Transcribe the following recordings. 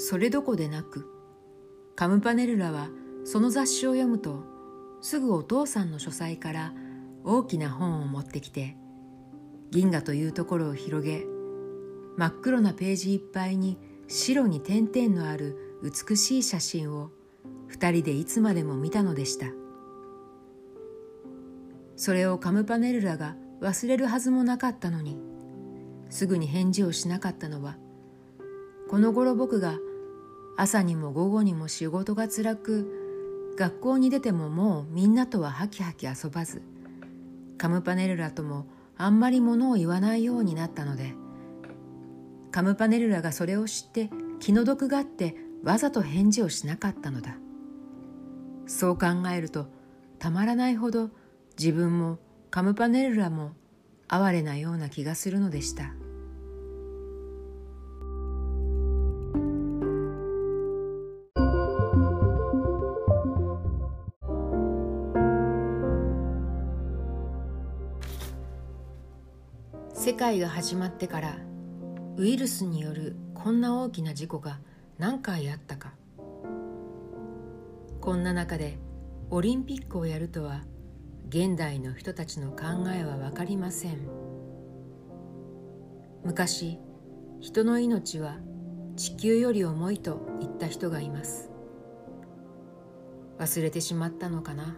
それどこでなく、カムパネルラはその雑誌を読むと、すぐお父さんの書斎から大きな本を持ってきて、銀河というところを広げ、真っ黒なページいっぱいに白に点々のある美しい写真を二人でいつまでも見たのでした。それをカムパネルラが忘れるはずもなかったのに、すぐに返事をしなかったのは、この頃僕が朝にも午後にも仕事がつらく、学校に出てももうみんなとはハキハキ遊ばず、カムパネルラともあんまりものを言わないようになったので、カムパネルラがそれを知って気の毒があってわざと返事をしなかったのだ。そう考えるとたまらないほど自分もカムパネルラも哀れなような気がするのでした。世界が始まってからウイルスによるこんな大きな事故が何回あったか。こんな中でオリンピックをやるとは現代の人たちの考えは分かりません。昔、人の命は地球より重いと言った人がいます。忘れてしまったのかな。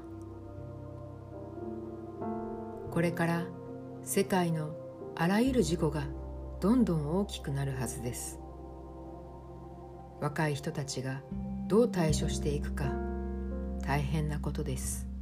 これから世界のあらゆる事故がどんどん大きくなるはずです。若い人たちがどう対処していくか大変なことです。